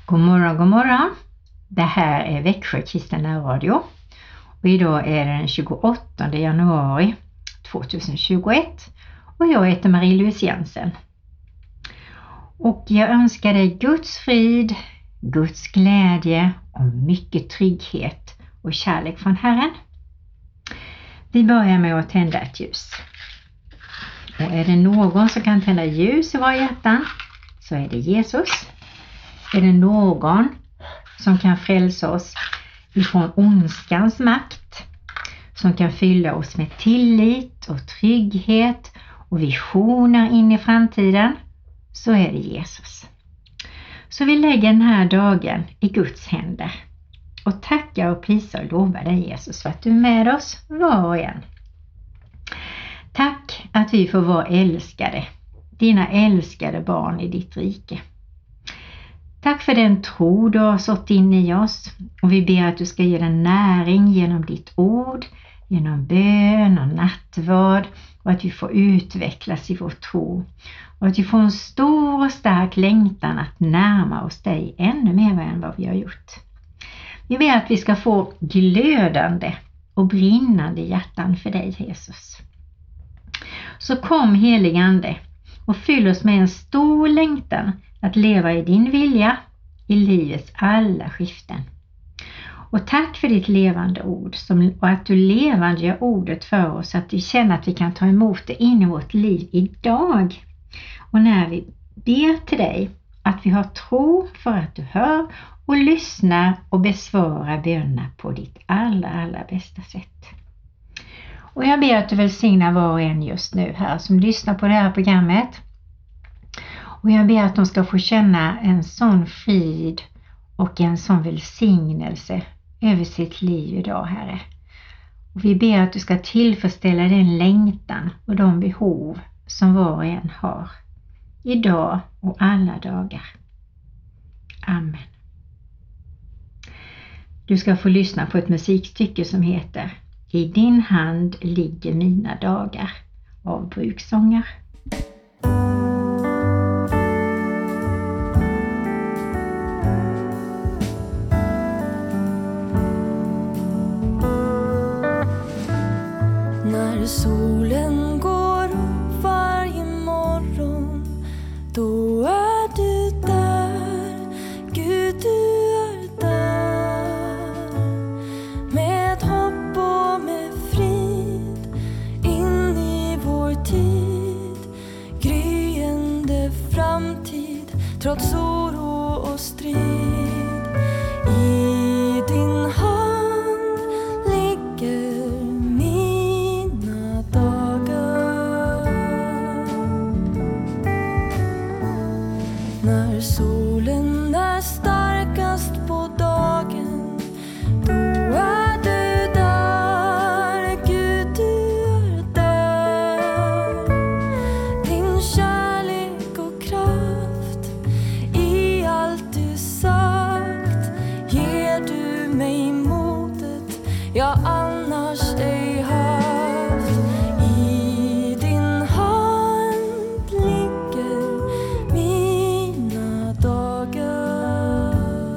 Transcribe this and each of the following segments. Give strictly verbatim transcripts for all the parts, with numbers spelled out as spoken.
God morgon, god morgon. Det här är Växjö Kristen Radio. Och idag är det den tjugoåttonde januari tjugohundratjugoett. Och jag heter Marie-Louise Jensen. Och jag önskar dig Guds frid, Guds glädje och mycket trygghet och kärlek från Herren. Vi börjar med att tända ett ljus. Och är det någon som kan tända ljus i våra hjärtan så är det Jesus. Är det någon som kan frälsa oss ifrån ondskans makt, som kan fylla oss med tillit och trygghet och visioner in i framtiden, så är det Jesus. Så vi lägger den här dagen i Guds händer och tackar och prisar och lovar dig Jesus för att du är med oss var och en. Tack att vi får vara älskade, dina älskade barn i ditt rike. Tack för den tro du har sått in i oss och vi ber att du ska ge den näring genom ditt ord, genom bön och nattvard och att vi får utvecklas i vår tro och att vi får en stor och stark längtan att närma oss dig ännu mer än vad vi har gjort. Vi ber att vi ska få glödande och brinnande hjärtan för dig Jesus. Så kom helig ande och fyll oss med en stor längtan att leva i din vilja i livets alla skiften. Och tack för ditt levande ord som, och att du levande gör ordet för oss så att vi känner att vi kan ta emot det in i vårt liv idag. Och när vi ber till dig att vi har tro för att du hör och lyssnar och besvarar bönerna på ditt allra, allra bästa sätt. Och jag ber att du välsignar var och en just nu här som lyssnar på det här programmet. Och jag ber att de ska få känna en sån frid och en sån välsignelse över sitt liv idag, Herre. Och vi ber att du ska tillfredsställa den längtan och de behov som var och en har. Idag och alla dagar. Amen. Du ska få lyssna på ett musikstycke som heter I din hand ligger mina dagar av Bruksånger. När solen går upp varje morgon, då är du där, Gud du är där. Med hopp och med frid in i vår tid, gryende framtid trots oro och strid. I din hand ligger mina dagar. När solen är starkast på dagen, då är du där, Gud du är där. Din kärlek och kraft i allt du sagt ger du mig modet jag annars ej haft. I din hand ligger mina dagar.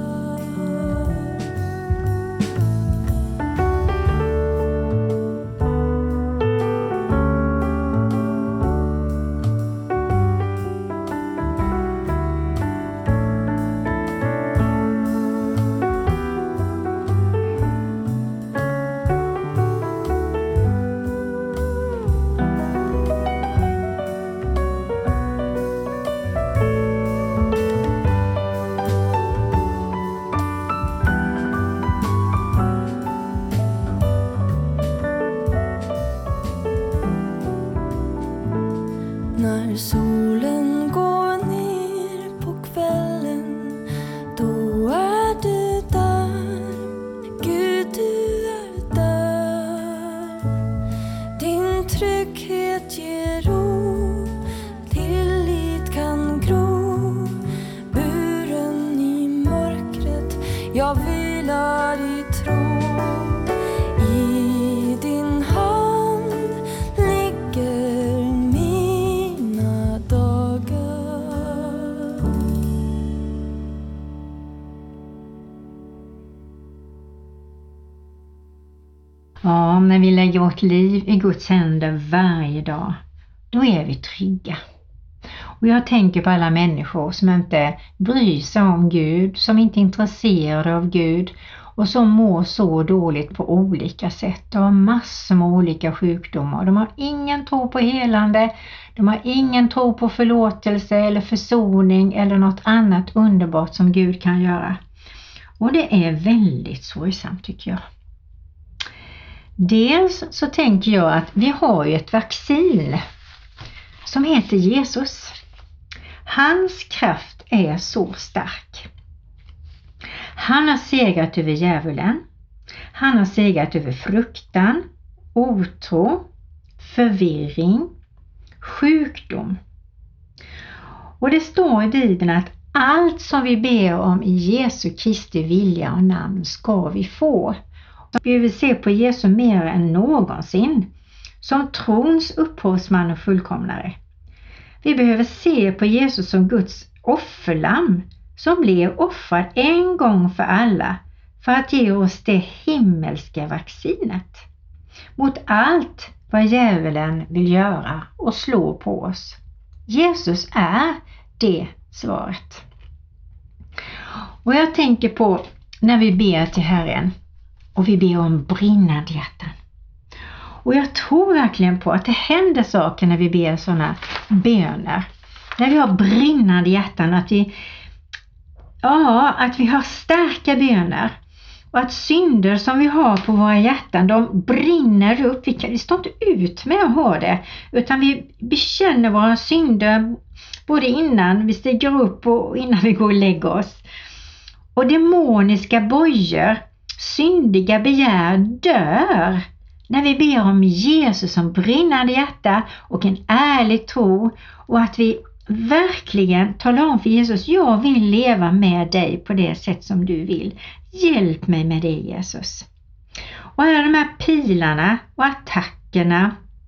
När solen går ner på kvällen, då är du där, Gud du är där. Din trygghet ger ro, tillit kan gro, buren i mörkret, jag vilar i tro. I din hand ligger mina dagar. vi lägger vårt liv i Guds händer varje dag, då är vi trygga. Och jag tänker på alla människor som inte bryr sig om Gud, som inte är intresserade av Gud och som mår så dåligt på olika sätt. De har massor med olika sjukdomar. De har ingen tro på helande, de har ingen tro på förlåtelse eller försoning eller något annat underbart som Gud kan göra. Och det är väldigt sorgsamt tycker jag. Dels så tänker jag att vi har ju ett vaccin som heter Jesus. Hans kraft är så stark. Han har segrat över djävulen. Han har segrat över fruktan, otro, förvirring, sjukdom. Och det står i Bibeln att allt som vi ber om i Jesu Kristi vilja och namn ska vi få. Vi vill se på Jesus mer än någonsin som trons upphovsman och fullkomnare. Vi behöver se på Jesus som Guds offerlamm som blev offrad en gång för alla för att ge oss det himmelska vaccinet mot allt vad djävulen vill göra och slå på oss. Jesus är det svaret. Och jag tänker på när vi ber till Herren och vi ber om brinnande hjärtan. Och jag tror verkligen på att det händer saker när vi ber sådana böner. När vi har brinnande hjärtan, att vi, ja, att vi har starka böner. Och att synder som vi har på våra hjärtan, de brinner upp. Vi, kan, vi står inte ut med att ha det. Utan vi bekänner våra synder både innan vi stiger upp och innan vi går och lägger oss. Och demoniska bojor, syndiga begär dör när vi ber om Jesus som brinnande hjärta och en ärlig tro. Och att vi verkligen talar om för Jesus, jag vill leva med dig på det sätt som du vill. Hjälp mig med det Jesus. Och alla de här pilarna och attackerna,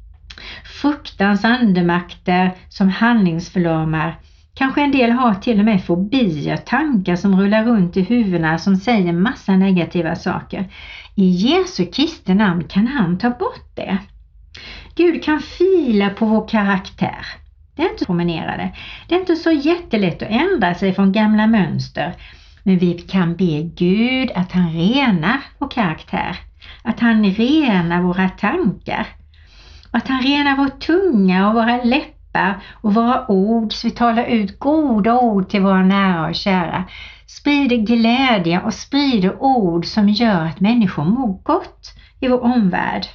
fruktans andemakter som handlingsförlamar. Kanske en del har till och med fobier, tankar som rullar runt i huvudena som säger massa negativa saker. I Jesu Kristi namn kan han ta bort det. Gud kan fila på vår karaktär. Det är inte promenerade. Det är inte så jättelätt att ändra sig från gamla mönster. Men vi kan be Gud att han renar vår karaktär. Att han renar våra tankar. Att han renar vår tunga och våra läppar och våra ord. Så vi talar ut goda ord till våra nära och kära. Sprider glädje och sprider ord som gör att människor mår gott i vår omvärld.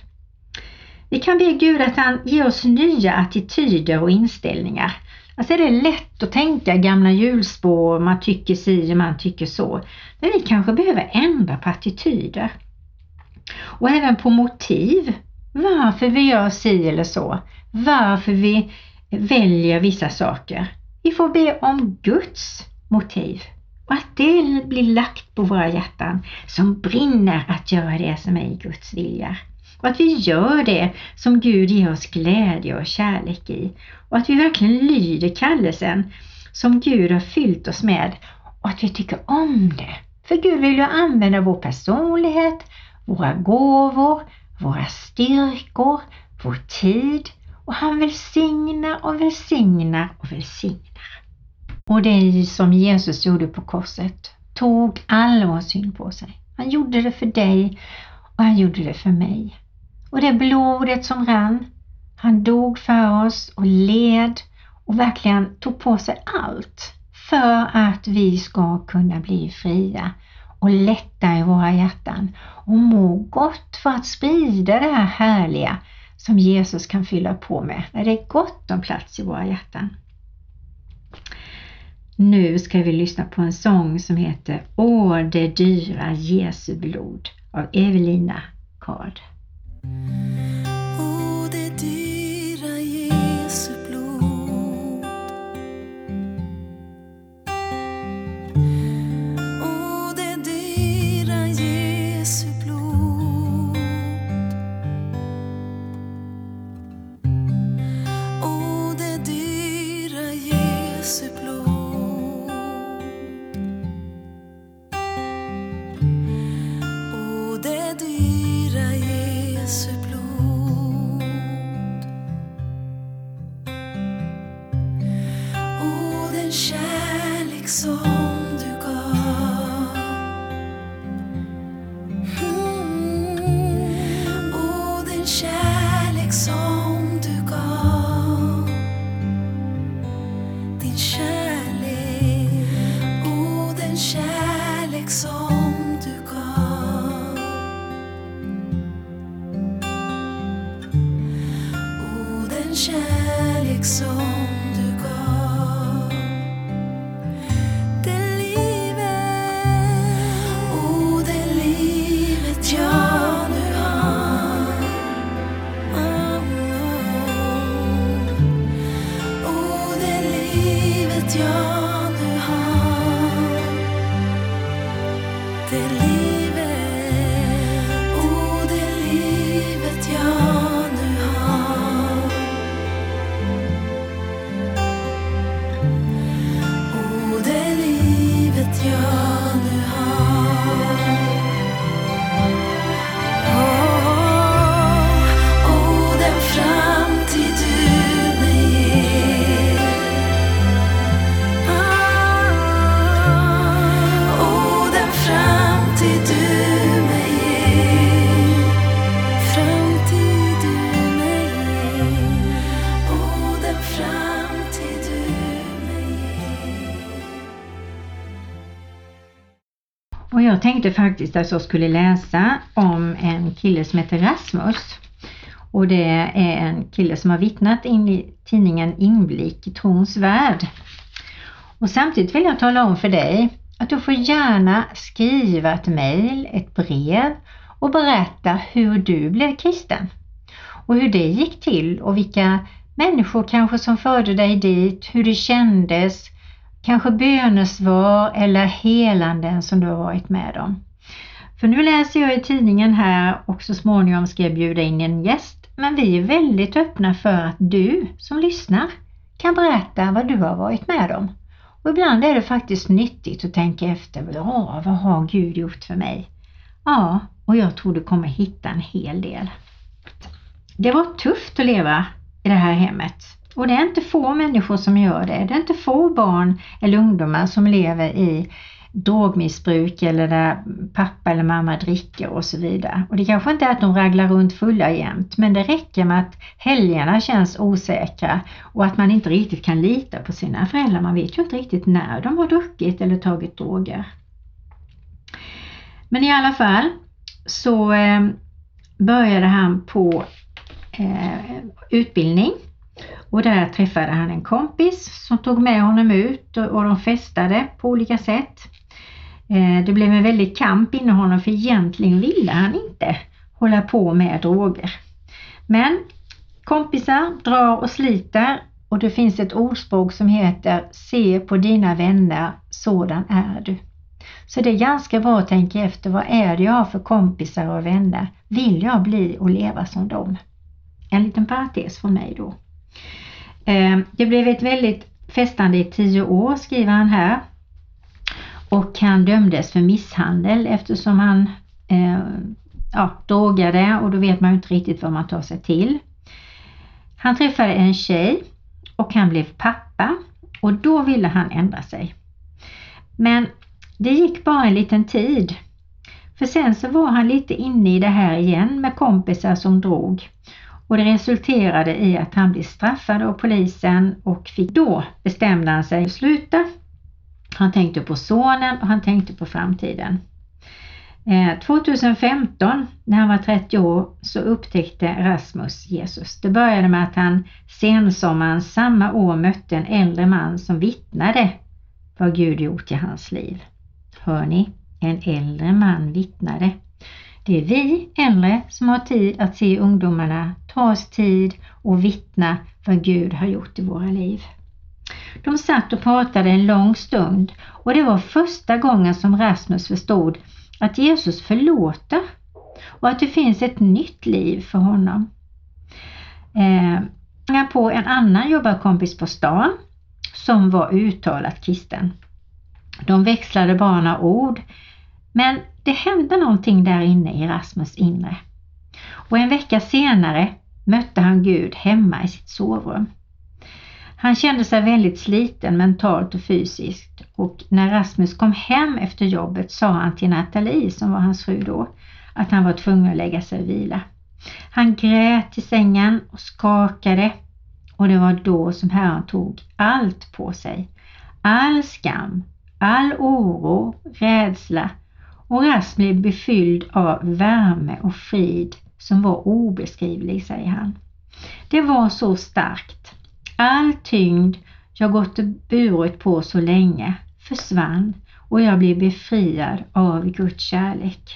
Vi kan be Gud att han ger oss nya attityder och inställningar. Alltså är det lätt att tänka gamla hjulspår, man tycker si och man tycker så. Men vi kanske behöver ändra på attityder. Och även på motiv. Varför vi gör si eller så. Varför vi väljer vissa saker. Vi får be om Guds motiv. Och att det blir lagt på våra hjärtan som brinner att göra det som är i Guds vilja. Och att vi gör det som Gud ger oss glädje och kärlek i. Och att vi verkligen lyder kallelsen som Gud har fyllt oss med. Och att vi tycker om det. För Gud vill ju använda vår personlighet, våra gåvor, våra styrkor, vår tid. Och han välsignar och välsignar och välsignar. Och det som Jesus gjorde på korset tog all vår synd på sig. Han gjorde det för dig och han gjorde det för mig. Och det blodet som rann, han dog för oss och led och verkligen tog på sig allt för att vi ska kunna bli fria och lätta i våra hjärtan och må gott för att sprida det här härliga som Jesus kan fylla på med när det är gott om plats i våra hjärtan. Nu ska vi lyssna på en sång som heter Åh, det dyra Jesu blod av Evelina Kard. Åh, det dyra Jesu blod. Åh, det dyra Jesu blod. Åh, det dyra Jesu blod. Åh, det dyra Jesu blod. den kärlek som du gav. Mm. Och den kärlek som du gav. Din kärlek. Och den kärlek som du gav. Och den kärlek som du gav. Det livet. Och det livet jag nu har. Oh, oh. Och det livet jag nu har. Det livet. Och det livet jag nu har. Och det livet jag nu har. Åh, och den framtid du mig ger. Ah, och den framtid du mig ger. Framtid du mig ger. Och den framtid du mig ger. Och jag tänkte faktiskt att jag skulle läsa om en kille som heter Rasmus. Och det är en kille som har vittnat in i tidningen Inblick i trons värld. Och samtidigt vill jag tala om för dig att du får gärna skriva ett mejl, ett brev och berätta hur du blev kristen. Och hur det gick till och vilka människor kanske som förde dig dit, hur det kändes, kanske bönesvar eller helanden som du har varit med om. För nu läser jag i tidningen här och så småningom ska jag bjuda in en gäst. Men vi är väldigt öppna för att du som lyssnar kan berätta vad du har varit med om. Och ibland är det faktiskt nyttigt att tänka efter, ja, vad har Gud gjort för mig? Ja, och jag tror du kommer hitta en hel del. Det var tufft att leva i det här hemmet. Och det är inte få människor som gör det. Det är inte få barn eller ungdomar som lever i drogmissbruk eller där pappa eller mamma dricker och så vidare. Och det kanske inte är att de raglar runt fulla jämt, men det räcker med att helgerna känns osäkra och att man inte riktigt kan lita på sina föräldrar. Man vet ju inte riktigt när de har druckit eller tagit droger. Men i alla fall så eh, började han på eh, utbildning. Och där träffade han en kompis som tog med honom ut och, och de festade på olika sätt. Eh, det blev en väldig kamp inom honom för egentligen ville han inte hålla på med droger. Men kompisar drar och sliter och det finns ett ordspråk som heter se på dina vänner, sådan är du. Så det är ganska bra att tänka efter, vad är det jag har för kompisar och vänner? Vill jag bli och leva som dem? En liten parentes för mig då. Det blev ett väldigt festande i tio år, skriver han här. Och han dömdes för misshandel eftersom han eh, ja, drogade och då vet man ju inte riktigt vad man tar sig till. Han träffade en tjej och han blev pappa och då ville han ändra sig. Men det gick bara en liten tid. För sen så var han lite inne i det här igen med kompisar som drog. Och det resulterade i att han blev straffad av polisen och fick då bestämde han sig att sluta. Han tänkte på sonen och han tänkte på framtiden. Eh, tjugohundrafemton när han var trettio år så upptäckte Rasmus Jesus. Det började med att han sensommaren samma år mötte en äldre man som vittnade vad Gud gjort i hans liv. Hör ni? En äldre man vittnade. Det är vi äldre som har tid att se ungdomarna ta oss tid och vittna vad Gud har gjort i våra liv. De satt och pratade en lång stund och det var första gången som Rasmus förstod att Jesus förlåter och att det finns ett nytt liv för honom. Eh, på en annan jobbarkompis på stan som var uttalat kristen. De växlade bara några ord, men det hände någonting där inne i Rasmus inre. Och en vecka senare mötte han Gud hemma i sitt sovrum. Han kände sig väldigt sliten mentalt och fysiskt, och när Rasmus kom hem efter jobbet sa han till Nathalie, som var hans fru då, att han var tvungen att lägga sig och vila. Han grät i sängen och skakade, och det var då som Herren tog allt på sig. All skam, all oro, rädsla, och Rasmus blev befylld av värme och frid som var obeskrivlig, säger han. Det var så starkt. All tyngd jag gått och burit på så länge försvann, och jag blev befriad av Guds kärlek.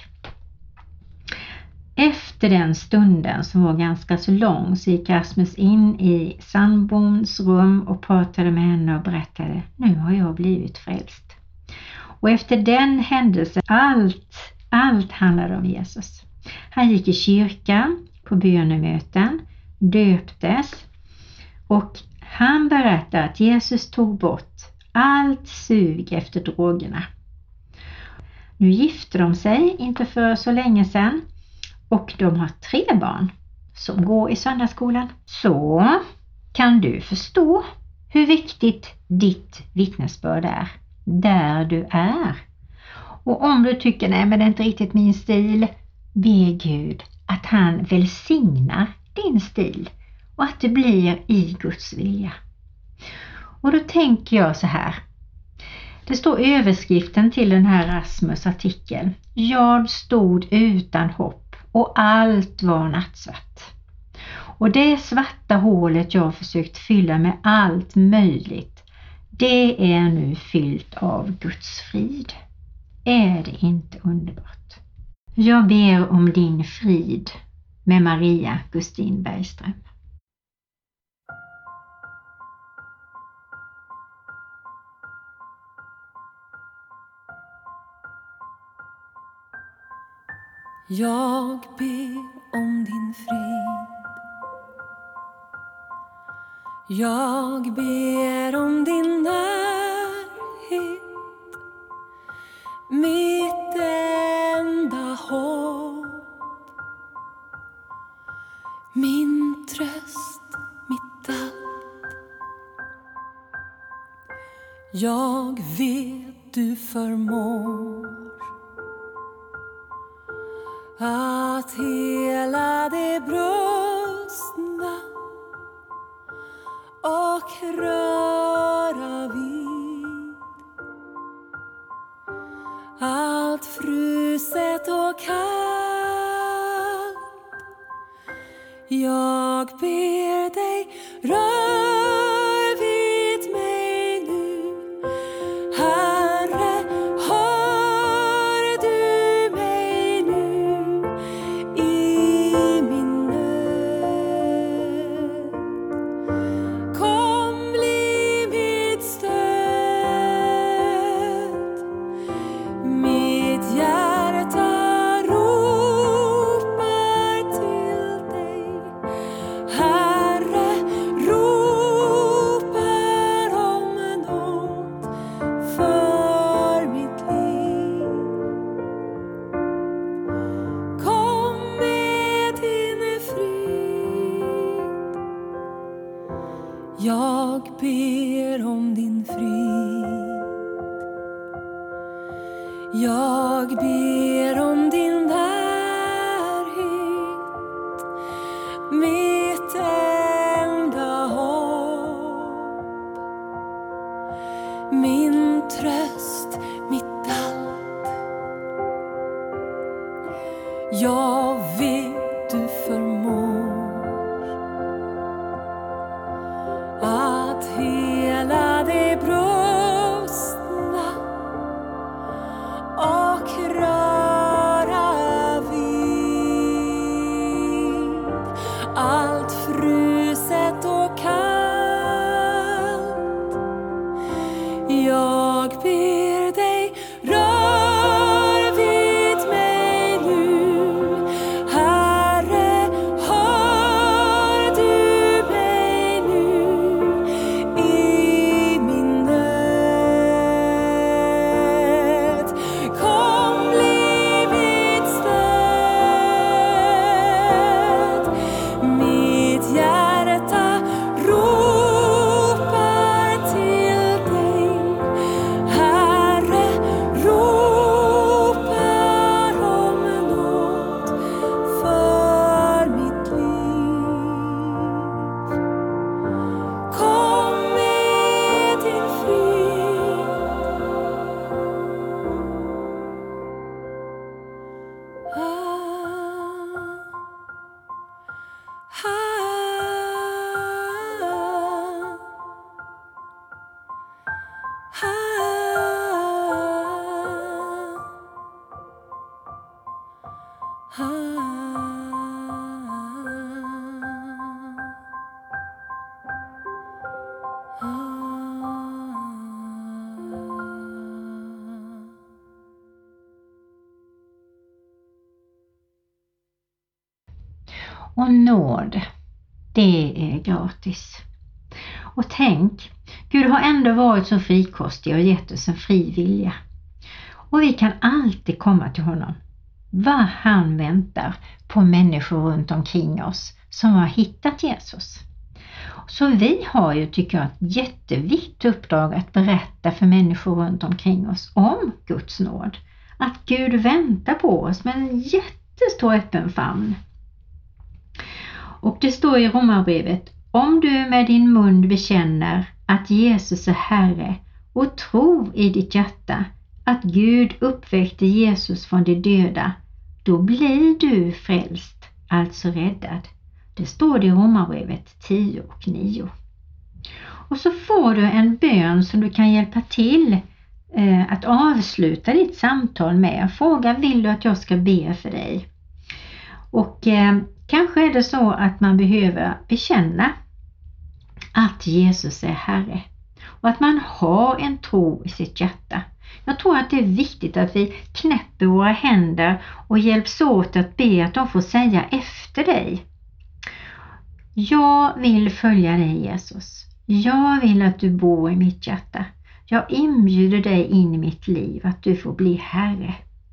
Efter den stunden, som var ganska så lång, så gick Rasmus in i sambons rum och pratade med henne och berättade: nu har jag blivit frälst. Och efter den händelsen, allt, allt handlade om Jesus. Han gick i kyrkan på bönemöten, döptes, och han berättade att Jesus tog bort allt sug efter drogerna. Nu gifte de sig inte för så länge sedan, och de har tre barn som går i söndagsskolan. Så kan du förstå hur viktigt ditt vittnesbörd är där du är. Och om du tycker nej men det är inte riktigt min stil, be Gud att han välsignar din stil och att det blir i Guds vilja. Och då tänker jag så här. Det står överskriften till den här Rasmus artikel: jag stod utan hopp och allt var nattsvart. Och det svarta hålet jag försökt fylla med allt möjligt, det är nu fyllt av Guds frid. Är det inte underbart? Jag ber om din frid med Maria Gustin Bergström. Jag ber om din frid. Jag ber om din närhet. Mitt enda hopp. Min tröst, mitt allt. Jag vet du förmår att hela det brustna och röra vid allt fruset och kallt. Jag ber dig, rör vid mig nu, Herre. Hör du mig nu i min nöd? Kom, bli mitt stöd. Mitt hjärta ropar till dig, Herre, ropar om nåd för mitt liv. Kom med din frid. Jag ber om din frid. Jag ber om din närhet. Mitt enda hopp. Min tröst, mitt allt. Jag vet du förmår att hela det brustna och röra vid allt fruset och kallt. Jag ber dig, rör vid mig nu, Herre. Hör du mig nu i min nöd? Kom, bli mitt stöd. Mitt hjärta ropar Och nåd, det är gratis. Och tänk, Gud har ändå varit så frikostig och gett oss en fri vilja. Och vi kan alltid komma till honom. Vad han väntar på människor runt omkring oss som har hittat Jesus. Så vi har ju, tycker jag, ett jätteviktigt uppdrag att berätta för människor runt omkring oss om Guds nåd. Att Gud väntar på oss med en jättestor öppen famn. Och det står i Romarbrevet: om du med din mun bekänner att Jesus är Herre och tror i ditt hjärta att Gud uppväckte Jesus från de döda, då blir du frälst, alltså räddad. Det står det i Romarbrevet tio och nio. Och så får du en bön som du kan hjälpa till eh, att avsluta ditt samtal med. Fråga: vill du att jag ska be för dig? Och eh, kanske är det så att man behöver bekänna att Jesus är Herre. Och att man har en tro i sitt hjärta. Jag tror att det är viktigt att vi knäpper våra händer och hjälps åt att be att de får säga efter dig. Jag vill följa dig, Jesus. Jag vill att du bor i mitt hjärta. Jag inbjuder dig in i mitt liv, att du får bli Herre.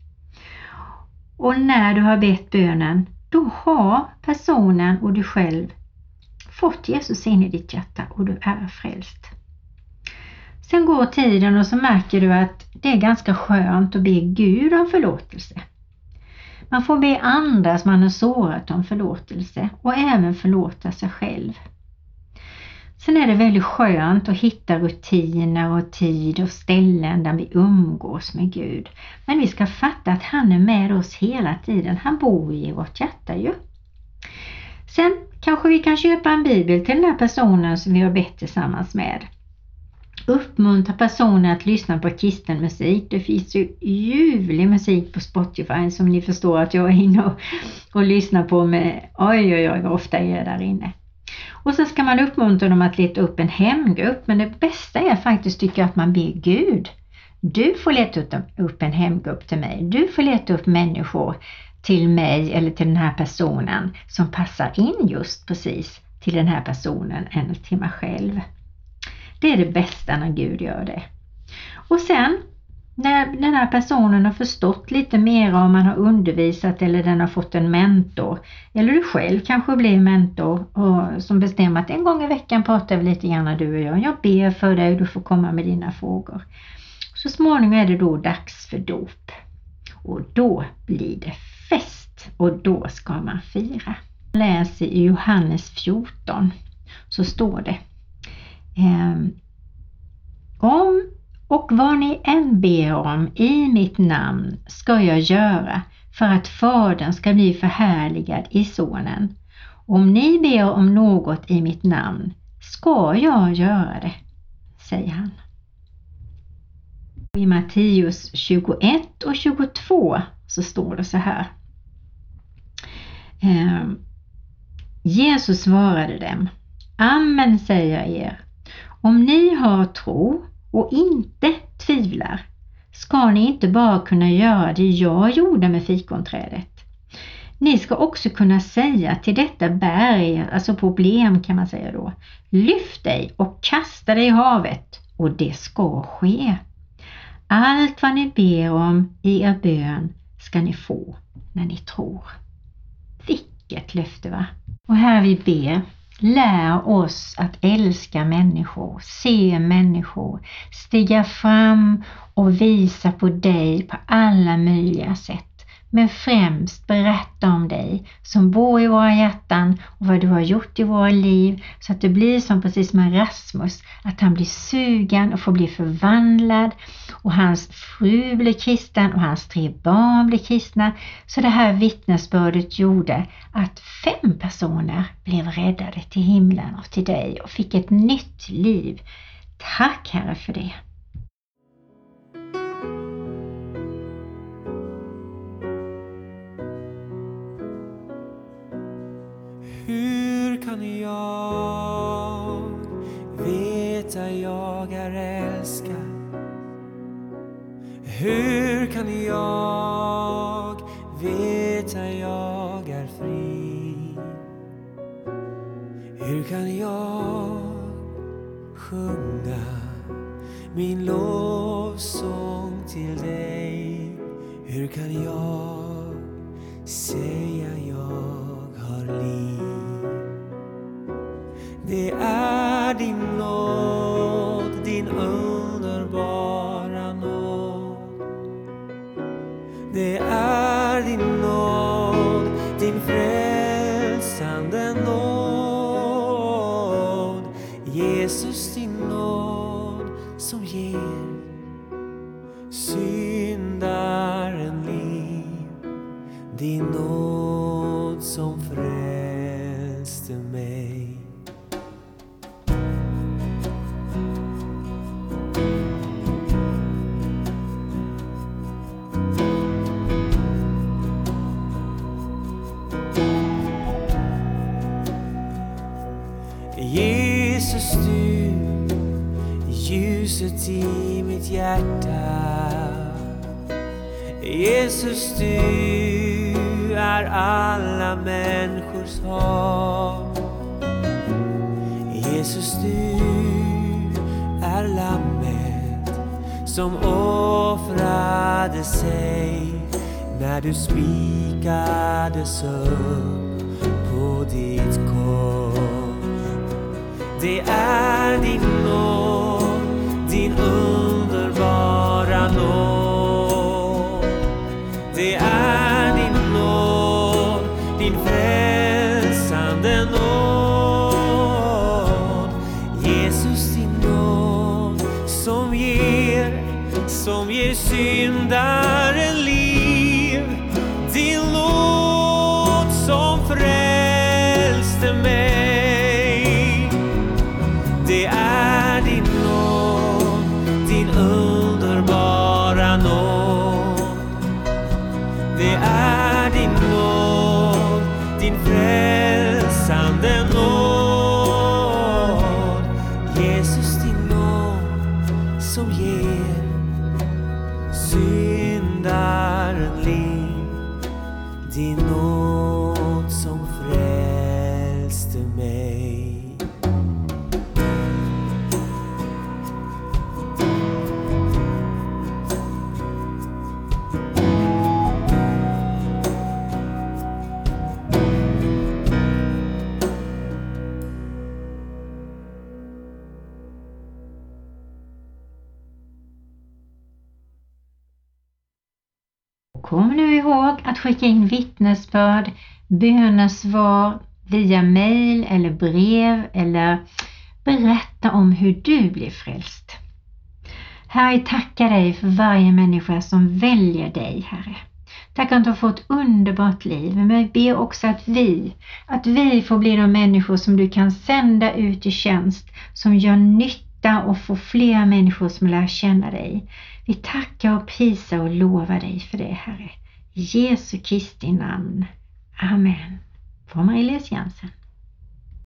Och när du har bett bönen, då har personen och du själv fått Jesus in i ditt hjärta och du är frälst. Sen går tiden och så märker du att det är ganska skönt att be Gud om förlåtelse. Man får be andra som man har sårat om förlåtelse och även förlåta sig själv. Sen är det väldigt skönt att hitta rutiner och tid och ställen där vi umgås med Gud. Men vi ska fatta att han är med oss hela tiden. Han bor i vårt hjärta ju. Sen kanske vi kan köpa en bibel till den här personen som vi har bett tillsammans med. Uppmuntra personer att lyssna på kristen musik. Det finns ju ljuvlig musik på Spotify som ni förstår att jag är inne och, och lyssnar på med. Oj oj oj, vad ofta är jag där inne. Och så ska man uppmuntra dem att leta upp en hemgrupp. Men det bästa är faktiskt, tycker jag, att man ber Gud. Du får leta upp en hemgrupp till mig. Du får leta upp människor till mig eller till den här personen som passar in just precis till den här personen eller till mig själv. Det är det bästa när Gud gör det. Och sen när den här personen har förstått lite mer om man har undervisat eller den har fått en mentor. Eller du själv kanske blir mentor och som bestämmer att en gång i veckan pratar vi lite grann du och jag. Jag ber för dig och du får komma med dina frågor. Så småningom är det då dags för dop. Och då blir det fest och då ska man fira. Jag läser i Johannes fjorton så står det: Um, om och vad ni än ber om i mitt namn ska jag göra för att Fadern ska bli förhärligad i Sonen. Om ni ber om något i mitt namn ska jag göra det, säger han. I Matteus tjugoett och tjugotvå så står det så här. Um, Jesus svarade dem: amen säger jag er. Om ni har tro och inte tvivlar ska ni inte bara kunna göra det jag gjorde med fikonträdet. Ni ska också kunna säga till detta berg, alltså problem kan man säga då: lyft dig och kasta dig i havet, och det ska ske. Allt vad ni ber om i er bön ska ni få när ni tror. Vilket löfte, va? Och här vi ber: lär oss att älska människor, se människor, stiga fram och visa på dig på alla möjliga sätt. Men främst berätta om dig som bor i våra hjärtan och vad du har gjort i våra liv, så att det blir som precis med Rasmus, att han blir sugen och får bli förvandlad och hans fru blir kristen och hans tre barn blir kristna. Så det här vittnesbördet gjorde att fem personer blev räddade till himlen och till dig och fick ett nytt liv. Tack Herre för det. Hur kan jag veta jag är älskad? Hur kan jag veta jag är fri? Hur kan jag sjunga min lovsång till dig? Hur kan jag säga jag har liv? Det är din nåd, din underbara nåd. Det är din nåd, din frälsande nåd. Jesus, din nåd som ger syndaren liv. Din nåd som frälste mig. Jesus, du ljuset i mitt hjärta. Jesus, du är alla människors hopp. Jesus, du är lammet som offrade sig när du spikades upp på ditt kors. Det är din nåd, din underbara nåd. Det är din nåd, din frälsande nåd. Jesus, din nåd som ger, som ger syndaren liv. Din nåd som frälste mig. Det är din nåd, din underbara nåd. Det är din nåd, din frälsande nåd. Jesus, din nåd som ger syndaren liv. Din nåd som frälste mig. Kom nu ihåg att skicka in vittnesbörd, bönesvar via mejl eller brev eller berätta om hur du blir frälst. Herre, tackar dig för varje människa som väljer dig, Herre. Tack att du har fått underbart liv, men jag ber också att vi, att vi får bli de människor som du kan sända ut i tjänst, som gör nytta och får fler människor som lär känna dig. Vi tackar och prisar och lovar dig för det, Herre. I Jesu Kristi namn. Amen. Från Marie-Louise Jensen.